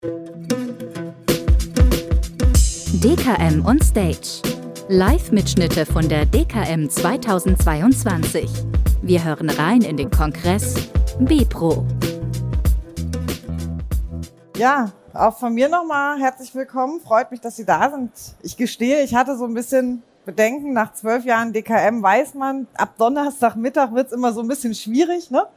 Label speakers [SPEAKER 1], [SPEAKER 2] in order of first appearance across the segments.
[SPEAKER 1] DKM on Stage. Live-Mitschnitte von der DKM 2022. Wir hören rein in den Kongress bipro.
[SPEAKER 2] Ja, auch von mir nochmal herzlich willkommen. Freut mich, dass Sie da sind. Ich gestehe, ich hatte so ein bisschen Bedenken. Nach 12 Jahren DKM weiß man, ab Donnerstagmittag wird es immer so ein bisschen schwierig, ne?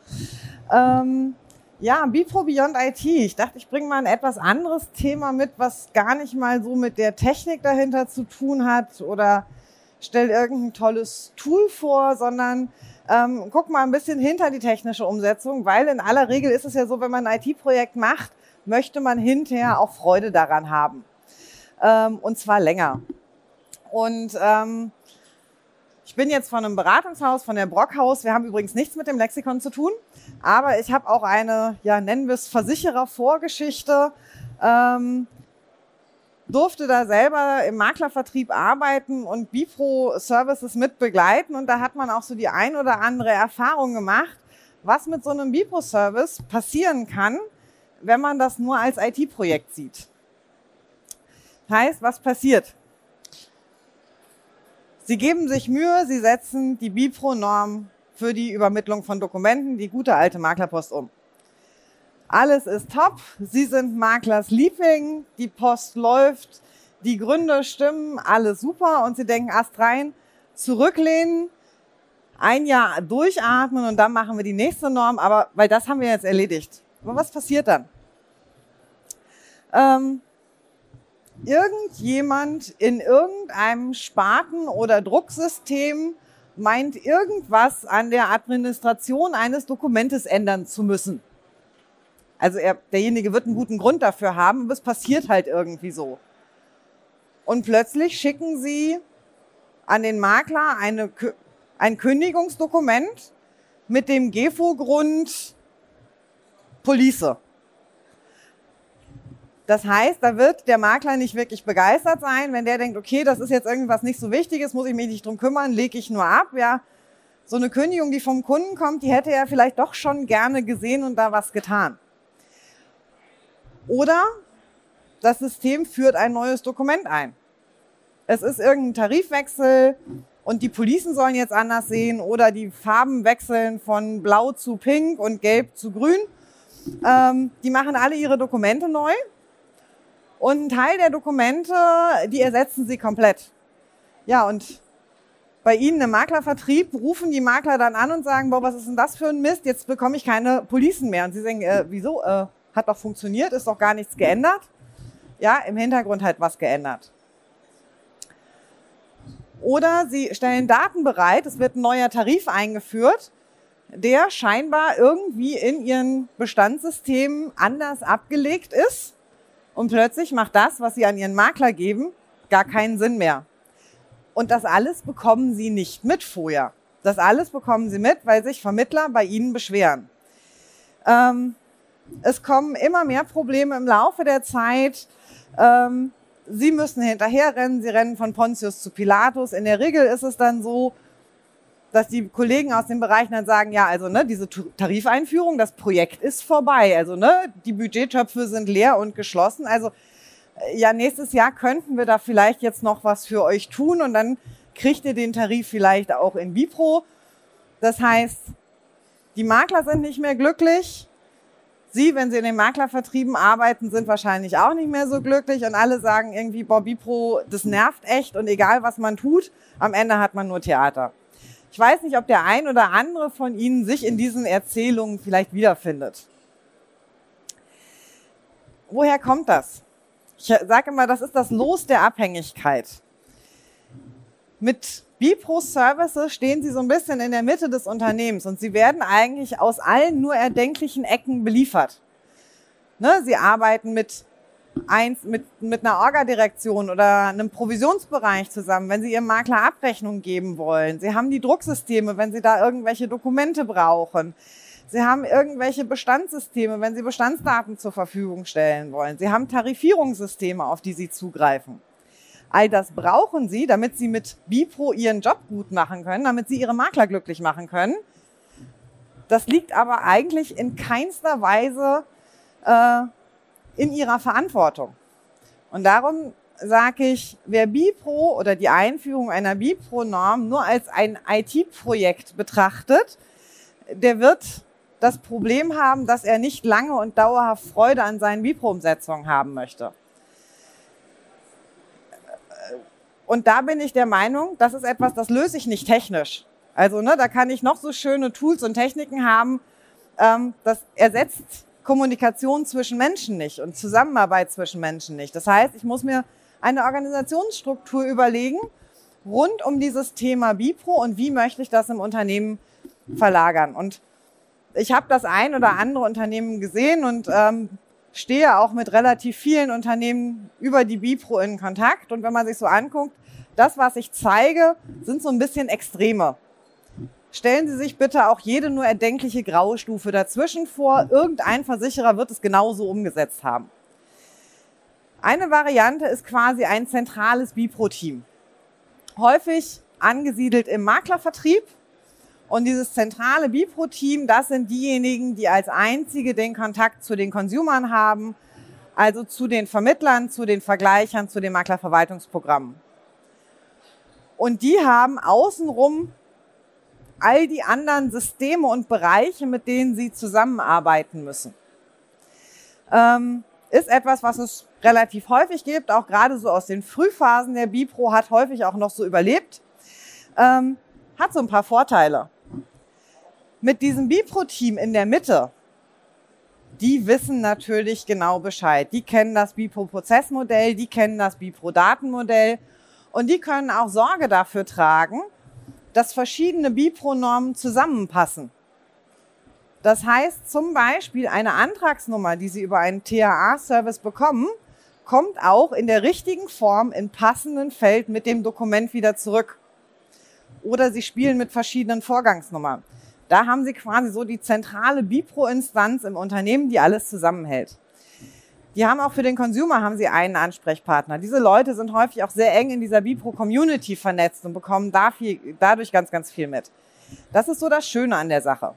[SPEAKER 2] Ja, bipro Beyond IT. Ich dachte, ich bringe mal ein etwas anderes Thema mit, was gar nicht mal so mit der Technik dahinter zu tun hat oder stell irgendein tolles Tool vor, sondern guck mal ein bisschen hinter die technische Umsetzung, weil in aller Regel ist es ja so, wenn man ein IT-Projekt macht, möchte man hinterher auch Freude daran haben. Und zwar länger. Und ich bin jetzt von einem Beratungshaus, von der Brockhaus. Wir haben übrigens nichts mit dem Lexikon zu tun, aber ich habe auch eine, ja, nennen wir es Versicherer-Vorgeschichte. Durfte da selber im Maklervertrieb arbeiten und bipro-Services mit begleiten. Und da hat man auch so die ein oder andere Erfahrung gemacht, was mit so einem bipro-Service passieren kann, wenn man das nur als IT-Projekt sieht. Heißt, was passiert? Sie geben sich Mühe, Sie setzen die bipro-Norm für die Übermittlung von Dokumenten, die gute alte Maklerpost um. Alles ist top, Sie sind Maklers Liebling, die Post läuft, die Gründe stimmen, alles super und Sie denken Ast rein, zurücklehnen, ein Jahr durchatmen und dann machen wir die nächste Norm, aber weil das haben wir jetzt erledigt. Aber was passiert dann? Irgendjemand in irgendeinem Sparten- oder Drucksystem meint irgendwas an der Administration eines Dokumentes ändern zu müssen. Also derjenige wird einen guten Grund dafür haben, aber es passiert halt irgendwie so. Und plötzlich schicken Sie an den Makler ein Kündigungsdokument mit dem GEFO-Grund Police. Das heißt, da wird der Makler nicht wirklich begeistert sein, wenn der denkt, okay, das ist jetzt irgendwas nicht so Wichtiges, muss ich mich nicht drum kümmern, lege ich nur ab. Ja, so eine Kündigung, die vom Kunden kommt, die hätte er vielleicht doch schon gerne gesehen und da was getan. Oder das System führt ein neues Dokument ein. Es ist irgendein Tarifwechsel und die Policen sollen jetzt anders sehen oder die Farben wechseln von blau zu pink und gelb zu grün. Die machen alle ihre Dokumente neu. Und ein Teil der Dokumente, die ersetzen sie komplett. Ja, und bei Ihnen im Maklervertrieb rufen die Makler dann an und sagen, boah, was ist denn das für ein Mist? Jetzt bekomme ich keine Policen mehr. Und Sie sagen, wieso? Hat doch funktioniert, ist doch gar nichts geändert. Ja, im Hintergrund halt was geändert. Oder Sie stellen Daten bereit, es wird ein neuer Tarif eingeführt, der scheinbar irgendwie in Ihren Bestandssystemen anders abgelegt ist. Und plötzlich macht das, was Sie an Ihren Makler geben, gar keinen Sinn mehr. Und das alles bekommen Sie nicht mit vorher. Das alles bekommen Sie mit, weil sich Vermittler bei Ihnen beschweren. Es kommen immer mehr Probleme im Laufe der Zeit. Sie müssen hinterherrennen, Sie rennen von Pontius zu Pilatus. In der Regel ist es dann so, dass die Kollegen aus den Bereichen dann sagen, ja, also diese Tarifeinführung, das Projekt ist vorbei. Also die Budgettöpfe sind leer und geschlossen. Also ja, nächstes Jahr könnten wir da vielleicht jetzt noch was für euch tun und dann kriegt ihr den Tarif vielleicht auch in bipro. Das heißt, die Makler sind nicht mehr glücklich. Sie, wenn Sie in den Maklervertrieben arbeiten, sind wahrscheinlich auch nicht mehr so glücklich und alle sagen irgendwie, boah, bipro, das nervt echt und egal, was man tut, am Ende hat man nur Theater. Ich weiß nicht, ob der ein oder andere von Ihnen sich in diesen Erzählungen vielleicht wiederfindet. Woher kommt das? Ich sage immer, das ist das Los der Abhängigkeit. Mit bipro-Services stehen Sie so ein bisschen in der Mitte des Unternehmens und Sie werden eigentlich aus allen nur erdenklichen Ecken beliefert. Sie arbeiten mit einer Orga-Direktion oder einem Provisionsbereich zusammen, wenn Sie Ihrem Makler Abrechnung geben wollen. Sie haben die Drucksysteme, wenn Sie da irgendwelche Dokumente brauchen. Sie haben irgendwelche Bestandssysteme, wenn Sie Bestandsdaten zur Verfügung stellen wollen. Sie haben Tarifierungssysteme, auf die Sie zugreifen. All das brauchen Sie, damit Sie mit bipro Ihren Job gut machen können, damit Sie Ihre Makler glücklich machen können. Das liegt aber eigentlich in keinster Weise in ihrer Verantwortung. Und darum sage ich, wer BiPro oder die Einführung einer BiPro-Norm nur als ein IT-Projekt betrachtet, der wird das Problem haben, dass er nicht lange und dauerhaft Freude an seinen BiPro-Umsetzungen haben möchte. Und da bin ich der Meinung, das ist etwas, das löse ich nicht technisch. Also da kann ich noch so schöne Tools und Techniken haben, das ersetzt Kommunikation zwischen Menschen nicht und Zusammenarbeit zwischen Menschen nicht. Das heißt, ich muss mir eine Organisationsstruktur überlegen rund um dieses Thema BiPro und wie möchte ich das im Unternehmen verlagern. Und ich habe das ein oder andere Unternehmen gesehen und stehe auch mit relativ vielen Unternehmen über die BiPro in Kontakt. Und wenn man sich so anguckt, das, was ich zeige, sind so ein bisschen Extreme. Stellen Sie sich bitte auch jede nur erdenkliche graue Stufe dazwischen vor. Irgendein Versicherer wird es genauso umgesetzt haben. Eine Variante ist quasi ein zentrales BiPro-Team. Häufig angesiedelt im Maklervertrieb. Und dieses zentrale BiPro-Team, das sind diejenigen, die als einzige den Kontakt zu den Consumern haben, also zu den Vermittlern, zu den Vergleichern, zu den Maklerverwaltungsprogrammen. Und die haben außenrum all die anderen Systeme und Bereiche, mit denen sie zusammenarbeiten müssen. Ist etwas, was es relativ häufig gibt, auch gerade so aus den Frühphasen der BiPro, hat häufig auch noch so überlebt, hat so ein paar Vorteile. Mit diesem BiPro-Team in der Mitte, die wissen natürlich genau Bescheid. Die kennen das BiPro-Prozessmodell, die kennen das BiPro-Datenmodell und die können auch Sorge dafür tragen, dass verschiedene BiPro-Normen zusammenpassen. Das heißt zum Beispiel, eine Antragsnummer, die Sie über einen TAA-Service bekommen, kommt auch in der richtigen Form im passenden Feld mit dem Dokument wieder zurück. Oder Sie spielen mit verschiedenen Vorgangsnummern. Da haben Sie quasi so die zentrale BiPro-Instanz im Unternehmen, die alles zusammenhält. Die haben auch für den Consumer haben Sie einen Ansprechpartner. Diese Leute sind häufig auch sehr eng in dieser BiPro-Community vernetzt und bekommen dadurch ganz, ganz viel mit. Das ist so das Schöne an der Sache.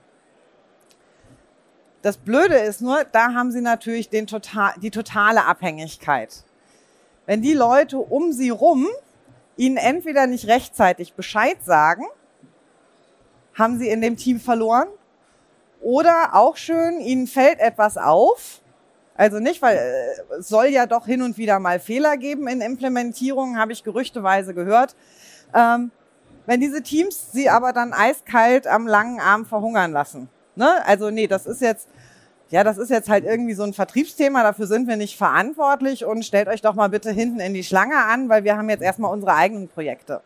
[SPEAKER 2] Das Blöde ist nur, da haben Sie natürlich die totale Abhängigkeit. Wenn die Leute um Sie rum Ihnen entweder nicht rechtzeitig Bescheid sagen, haben Sie in dem Team verloren, oder auch schön, Ihnen fällt etwas auf. Also nicht, weil es soll ja doch hin und wieder mal Fehler geben in Implementierungen, habe ich gerüchteweise gehört. Wenn diese Teams Sie aber dann eiskalt am langen Arm verhungern lassen. Ne? Also nee, das ist jetzt halt irgendwie so ein Vertriebsthema, dafür sind wir nicht verantwortlich und stellt euch doch mal bitte hinten in die Schlange an, weil wir haben jetzt erstmal unsere eigenen Projekte.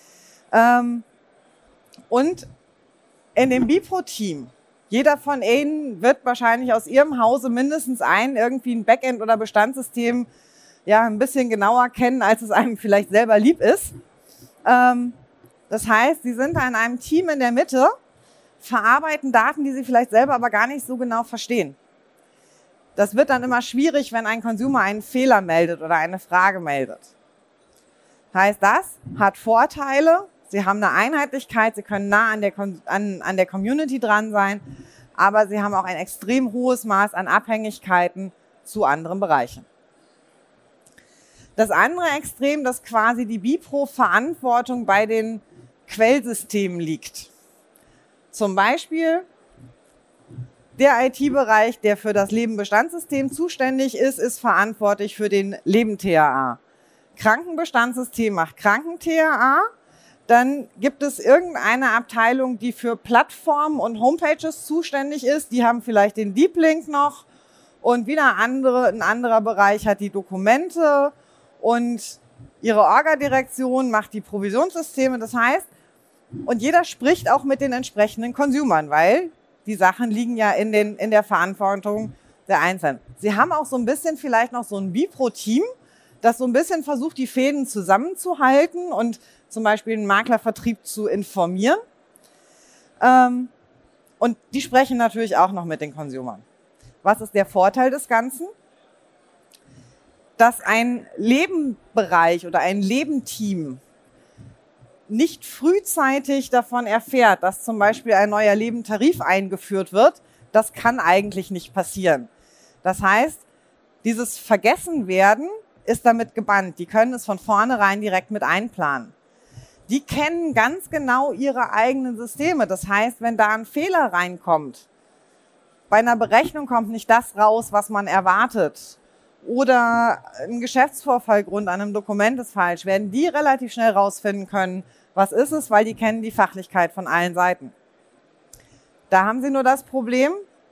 [SPEAKER 2] Und in dem BiPro-Team, jeder von Ihnen wird wahrscheinlich aus Ihrem Hause mindestens irgendwie ein Backend- oder Bestandssystem ein bisschen genauer kennen, als es einem vielleicht selber lieb ist. Das heißt, Sie sind da in einem Team in der Mitte, verarbeiten Daten, die Sie vielleicht selber aber gar nicht so genau verstehen. Das wird dann immer schwierig, wenn ein Consumer einen Fehler meldet oder eine Frage meldet. Heißt, das hat Vorteile. Sie haben eine Einheitlichkeit, Sie können nah an der Community dran sein, aber Sie haben auch ein extrem hohes Maß an Abhängigkeiten zu anderen Bereichen. Das andere Extrem, dass quasi die BiPro-Verantwortung bei den Quellsystemen liegt. Zum Beispiel der IT-Bereich, der für das Lebenbestandssystem zuständig ist, ist verantwortlich für den Leben-TAA. Krankenbestandssystem macht Kranken-TAA. Dann gibt es irgendeine Abteilung, die für Plattformen und Homepages zuständig ist. Die haben vielleicht den Deep Link noch. Und wieder ein anderer Bereich hat die Dokumente. Und ihre Orga-Direktion macht die Provisionssysteme. Das heißt, und jeder spricht auch mit den entsprechenden Consumern, weil die Sachen liegen ja in der Verantwortung der Einzelnen. Sie haben auch so ein bisschen vielleicht noch so ein BiPro-Team, das so ein bisschen versucht, die Fäden zusammenzuhalten und zum Beispiel den Maklervertrieb zu informieren. Und die sprechen natürlich auch noch mit den Consumern. Was ist der Vorteil des Ganzen? Dass ein Lebenbereich oder ein Lebenteam nicht frühzeitig davon erfährt, dass zum Beispiel ein neuer Lebentarif eingeführt wird, das kann eigentlich nicht passieren. Das heißt, Dieses Vergessenwerden ist damit gebannt. Die können es von vornherein direkt mit einplanen. Die kennen ganz genau ihre eigenen Systeme. Das heißt, wenn da ein Fehler reinkommt, bei einer Berechnung kommt nicht das raus, was man erwartet, oder ein Geschäftsvorfallgrund an einem Dokument ist falsch, werden die relativ schnell rausfinden können, was ist es, weil die kennen die Fachlichkeit von allen Seiten. Da haben sie nur das Problem,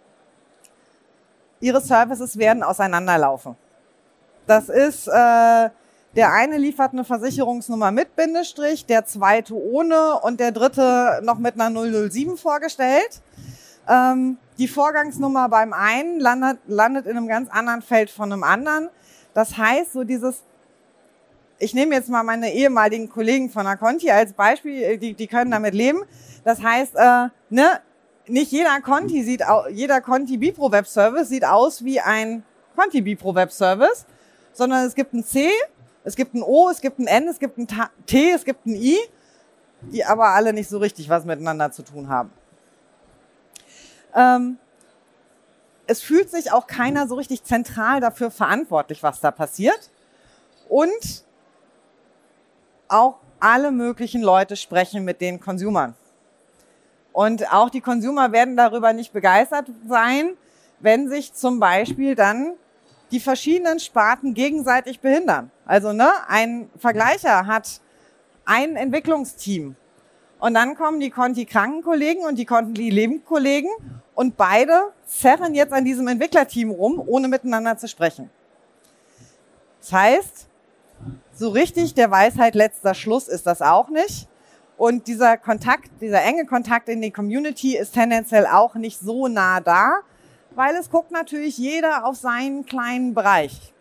[SPEAKER 2] ihre Services werden auseinanderlaufen. Das ist, der eine liefert eine Versicherungsnummer mit Bindestrich, der zweite ohne und der dritte noch mit einer 007 vorgestellt. Die Vorgangsnummer beim einen landet in einem ganz anderen Feld von einem anderen. Das heißt, so dieses, ich nehme jetzt mal meine ehemaligen Kollegen von der Conti als Beispiel, die können damit leben. Das heißt, nicht jeder Conti Bipro Web Service sieht aus wie ein Conti Bipro Web Service, sondern es gibt ein C, es gibt ein O, es gibt ein N, es gibt ein T, es gibt ein I, die aber alle nicht so richtig was miteinander zu tun haben. Es fühlt sich auch keiner so richtig zentral dafür verantwortlich, was da passiert. Und auch alle möglichen Leute sprechen mit den Consumern. Und auch die Consumer werden darüber nicht begeistert sein, wenn sich zum Beispiel dann die verschiedenen Sparten gegenseitig behindern. Also ein Vergleicher hat ein Entwicklungsteam. Und dann kommen die Conti-Krankenkollegen und die Conti-Lebenkollegen und beide zerren jetzt an diesem Entwicklerteam rum, ohne miteinander zu sprechen. Das heißt, so richtig der Weisheit letzter Schluss ist das auch nicht. Und dieser enge Kontakt in die Community ist tendenziell auch nicht so nah da, weil es guckt natürlich jeder auf seinen kleinen Bereich.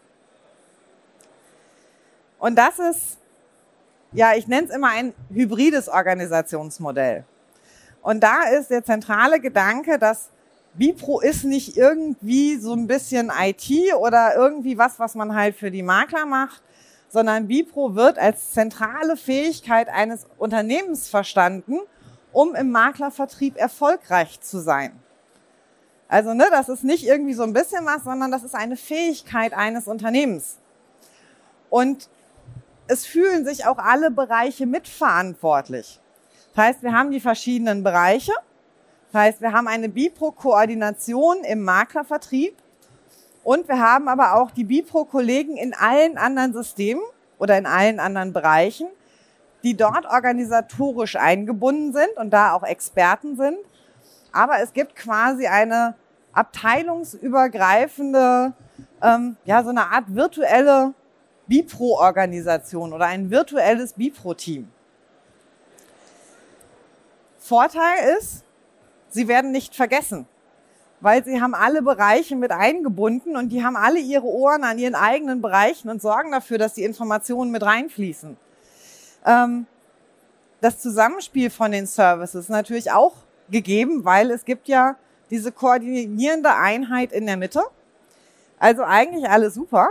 [SPEAKER 2] Und das ist, ja, ich nenne es immer ein hybrides Organisationsmodell. Und da ist der zentrale Gedanke, dass Bipro ist nicht irgendwie so ein bisschen IT oder irgendwie was man halt für die Makler macht, sondern Bipro wird als zentrale Fähigkeit eines Unternehmens verstanden, um im Maklervertrieb erfolgreich zu sein. Also das ist nicht irgendwie so ein bisschen was, sondern das ist eine Fähigkeit eines Unternehmens. Und es fühlen sich auch alle Bereiche mitverantwortlich. Das heißt, wir haben die verschiedenen Bereiche. Das heißt, wir haben eine Bipro-Koordination im Maklervertrieb und wir haben aber auch die Bipro-Kollegen in allen anderen Systemen oder in allen anderen Bereichen, die dort organisatorisch eingebunden sind und da auch Experten sind. Aber es gibt quasi eine abteilungsübergreifende, so eine Art virtuelle Bipro-Organisation oder ein virtuelles Bipro-Team. Vorteil ist, sie werden nicht vergessen, weil sie haben alle Bereiche mit eingebunden und die haben alle ihre Ohren an ihren eigenen Bereichen und sorgen dafür, dass die Informationen mit reinfließen. Das Zusammenspiel von den Services ist natürlich auch gegeben, weil es gibt ja diese koordinierende Einheit in der Mitte. Also eigentlich alles super.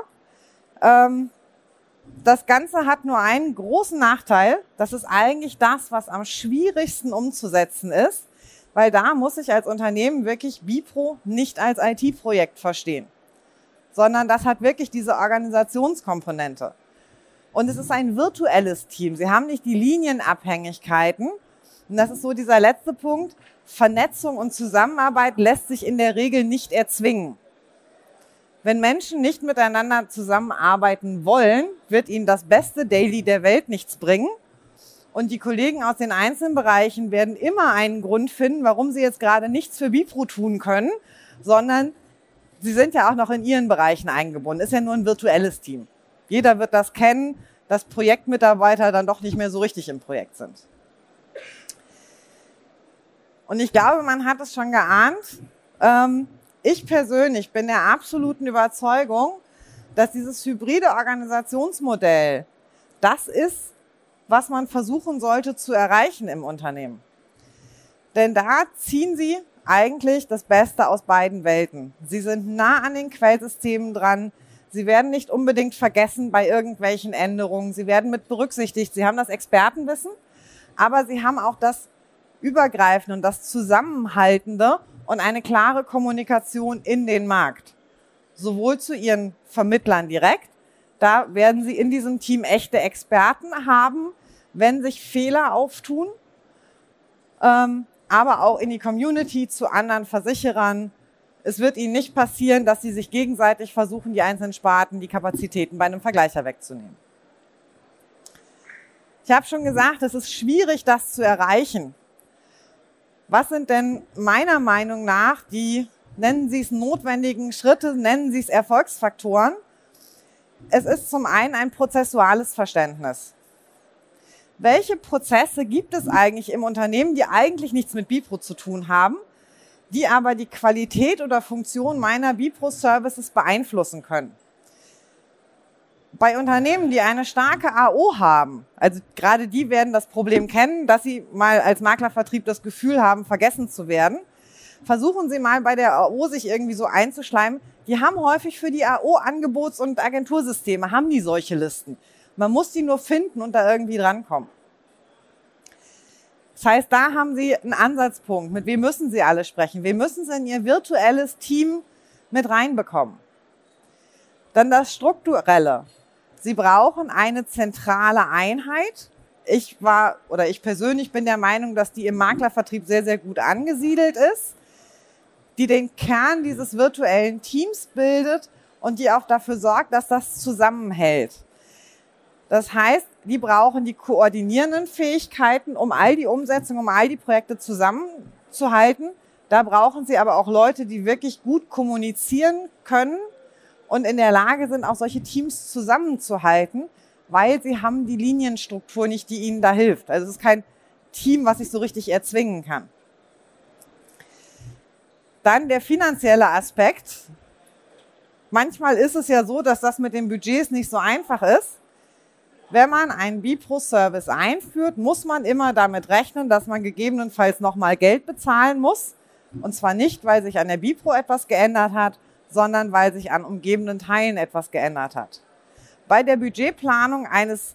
[SPEAKER 2] Das Ganze hat nur einen großen Nachteil. Das ist eigentlich das, was am schwierigsten umzusetzen ist, weil da muss ich als Unternehmen wirklich Bipro nicht als IT-Projekt verstehen, sondern das hat wirklich diese Organisationskomponente. Und es ist ein virtuelles Team. Sie haben nicht die Linienabhängigkeiten. Und das ist so dieser letzte Punkt. Vernetzung und Zusammenarbeit lässt sich in der Regel nicht erzwingen. Wenn Menschen nicht miteinander zusammenarbeiten wollen, wird ihnen das beste Daily der Welt nichts bringen. Und die Kollegen aus den einzelnen Bereichen werden immer einen Grund finden, warum sie jetzt gerade nichts für Bipro tun können, sondern sie sind ja auch noch in ihren Bereichen eingebunden. Ist ja nur ein virtuelles Team. Jeder wird das kennen, dass Projektmitarbeiter dann doch nicht mehr so richtig im Projekt sind. Und ich glaube, man hat es schon geahnt. Ich persönlich bin der absoluten Überzeugung, dass dieses hybride Organisationsmodell das ist, was man versuchen sollte zu erreichen im Unternehmen. Denn da ziehen Sie eigentlich das Beste aus beiden Welten. Sie sind nah an den Quellsystemen dran. Sie werden nicht unbedingt vergessen bei irgendwelchen Änderungen. Sie werden mit berücksichtigt. Sie haben das Expertenwissen, aber Sie haben auch das Übergreifende und das Zusammenhaltende und eine klare Kommunikation in den Markt. sowohl zu ihren Vermittlern direkt, da werden sie in diesem Team echte Experten haben, wenn sich Fehler auftun, aber auch in die Community zu anderen Versicherern. Es wird ihnen nicht passieren, dass sie sich gegenseitig versuchen, die einzelnen Sparten, die Kapazitäten bei einem Vergleicher wegzunehmen. Ich habe schon gesagt, es ist schwierig, das zu erreichen. Was sind denn meiner Meinung nach die, nennen Sie es notwendigen Schritte, nennen Sie es Erfolgsfaktoren? Es ist zum einen ein prozessuales Verständnis. Welche Prozesse gibt es eigentlich im Unternehmen, die eigentlich nichts mit Bipro zu tun haben, die aber die Qualität oder Funktion meiner Bipro-Services beeinflussen können? Bei Unternehmen, die eine starke AO haben, also gerade die werden das Problem kennen, dass sie mal als Maklervertrieb das Gefühl haben, vergessen zu werden. Versuchen Sie mal bei der AO sich irgendwie so einzuschleimen. Die haben häufig für die AO Angebots- und Agentursysteme, haben die solche Listen. Man muss die nur finden und da irgendwie drankommen. Das heißt, da haben Sie einen Ansatzpunkt. Mit wem müssen Sie alle sprechen? Wem müssen Sie in Ihr virtuelles Team mit reinbekommen? Dann das Strukturelle. Sie brauchen eine zentrale Einheit. Ich persönlich bin der Meinung, dass die im Maklervertrieb sehr, sehr gut angesiedelt ist, die den Kern dieses virtuellen Teams bildet und die auch dafür sorgt, dass das zusammenhält. Das heißt, die brauchen die koordinierenden Fähigkeiten, um all die Umsetzung, um all die Projekte zusammenzuhalten. Da brauchen sie aber auch Leute, die wirklich gut kommunizieren können und in der Lage sind, auch solche Teams zusammenzuhalten, weil sie haben die Linienstruktur nicht, die ihnen da hilft. Also es ist kein Team, was ich so richtig erzwingen kann. Dann der finanzielle Aspekt. Manchmal ist es ja so, dass das mit den Budgets nicht so einfach ist. Wenn man einen Bipro-Service einführt, muss man immer damit rechnen, dass man gegebenenfalls nochmal Geld bezahlen muss. Und zwar nicht, weil sich an der Bipro etwas geändert hat, sondern weil sich an umgebenden Teilen etwas geändert hat. Bei der Budgetplanung eines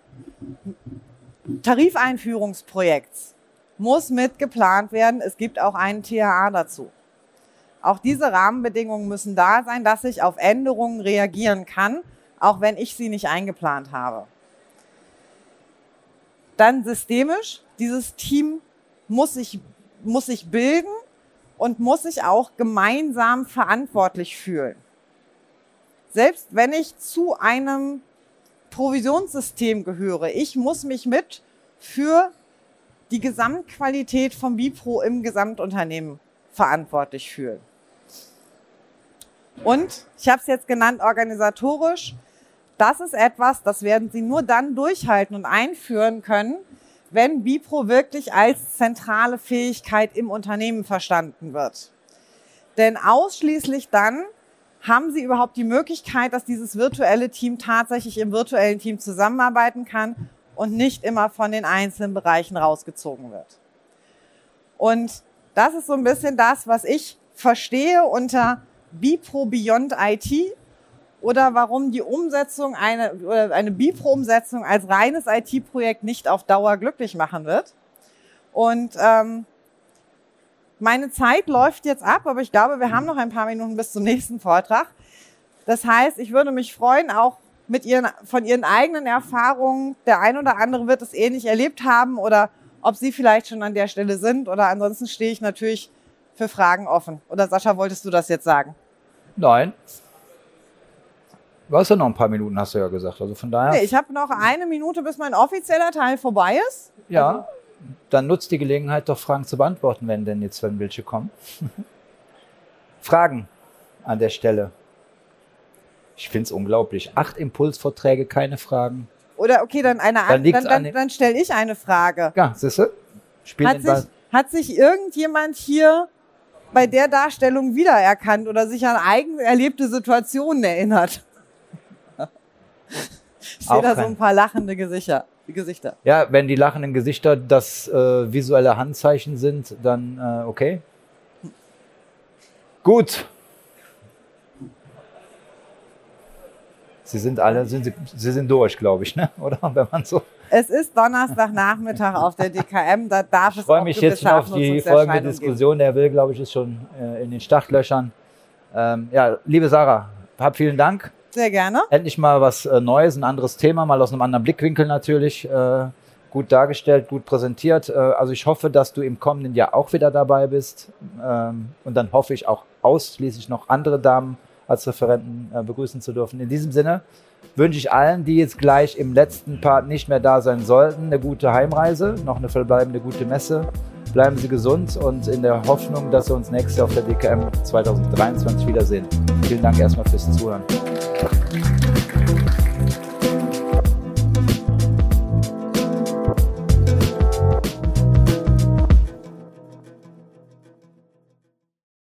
[SPEAKER 2] Tarifeinführungsprojekts muss mitgeplant werden, es gibt auch einen TAA dazu. Auch diese Rahmenbedingungen müssen da sein, dass ich auf Änderungen reagieren kann, auch wenn ich sie nicht eingeplant habe. Dann systemisch, dieses Team muss sich bilden und muss sich auch gemeinsam verantwortlich fühlen. Selbst wenn ich zu einem Provisionssystem gehöre, ich muss mich mit für die Gesamtqualität von Bipro im Gesamtunternehmen verantwortlich fühlen. Und ich habe es jetzt genannt, organisatorisch. Das ist etwas, das werden Sie nur dann durchhalten und einführen können, wenn Bipro wirklich als zentrale Fähigkeit im Unternehmen verstanden wird. Denn ausschließlich dann haben Sie überhaupt die Möglichkeit, dass dieses virtuelle Team tatsächlich im virtuellen Team zusammenarbeiten kann und nicht immer von den einzelnen Bereichen rausgezogen wird. Und das ist so ein bisschen das, was ich verstehe unter Bipro Beyond IT oder warum die Umsetzung, eine Bipro-Umsetzung als reines IT-Projekt nicht auf Dauer glücklich machen wird. Und meine Zeit läuft jetzt ab, aber ich glaube, wir haben noch ein paar Minuten bis zum nächsten Vortrag. Das heißt, ich würde mich freuen, auch von Ihren eigenen Erfahrungen, der ein oder andere wird es ähnlich erlebt haben oder ob Sie vielleicht schon an der Stelle sind oder ansonsten stehe ich natürlich für Fragen offen. Oder Sascha, wolltest du das jetzt sagen?
[SPEAKER 3] Nein. Du hast ja noch ein paar Minuten, hast du ja gesagt. Also von daher.
[SPEAKER 2] Nee, ich habe noch eine Minute, bis mein offizieller Teil vorbei ist.
[SPEAKER 3] Ja,
[SPEAKER 2] also,
[SPEAKER 3] dann nutzt die Gelegenheit, doch Fragen zu beantworten, wenn welche kommen. Fragen an der Stelle. Ich finde es unglaublich. 8 Impulsvorträge, keine Fragen.
[SPEAKER 2] Oder okay, dann dann stelle ich eine Frage.
[SPEAKER 3] Ja, siehst du?
[SPEAKER 2] Hat sich irgendjemand hier bei der Darstellung wiedererkannt oder sich an eigen erlebte Situationen erinnert? Ich sehe da so ein paar lachende Gesichter.
[SPEAKER 3] Ja, wenn die lachenden Gesichter das visuelle Handzeichen sind, dann okay. Gut. Sie sind durch, glaube ich, ne? Oder? Wenn man so.
[SPEAKER 2] Es ist Donnerstagnachmittag auf der DKM, da darf es auch
[SPEAKER 3] Ich freue mich jetzt schon auf die folgende Diskussion. Der Will, glaube ich, ist schon in den Startlöchern. Ja, liebe Sarah, hab vielen Dank.
[SPEAKER 2] Sehr gerne.
[SPEAKER 3] Endlich mal was Neues, ein anderes Thema, mal aus einem anderen Blickwinkel natürlich. Gut dargestellt, gut präsentiert. Also ich hoffe, dass du im kommenden Jahr auch wieder dabei bist. Und dann hoffe ich auch ausschließlich noch andere Damen als Referenten begrüßen zu dürfen. In diesem Sinne wünsche ich allen, die jetzt gleich im letzten Part nicht mehr da sein sollten, eine gute Heimreise, noch eine verbleibende gute Messe. Bleiben Sie gesund und in der Hoffnung, dass wir uns nächstes Jahr auf der DKM 2023 wiedersehen. Vielen Dank erstmal fürs Zuhören.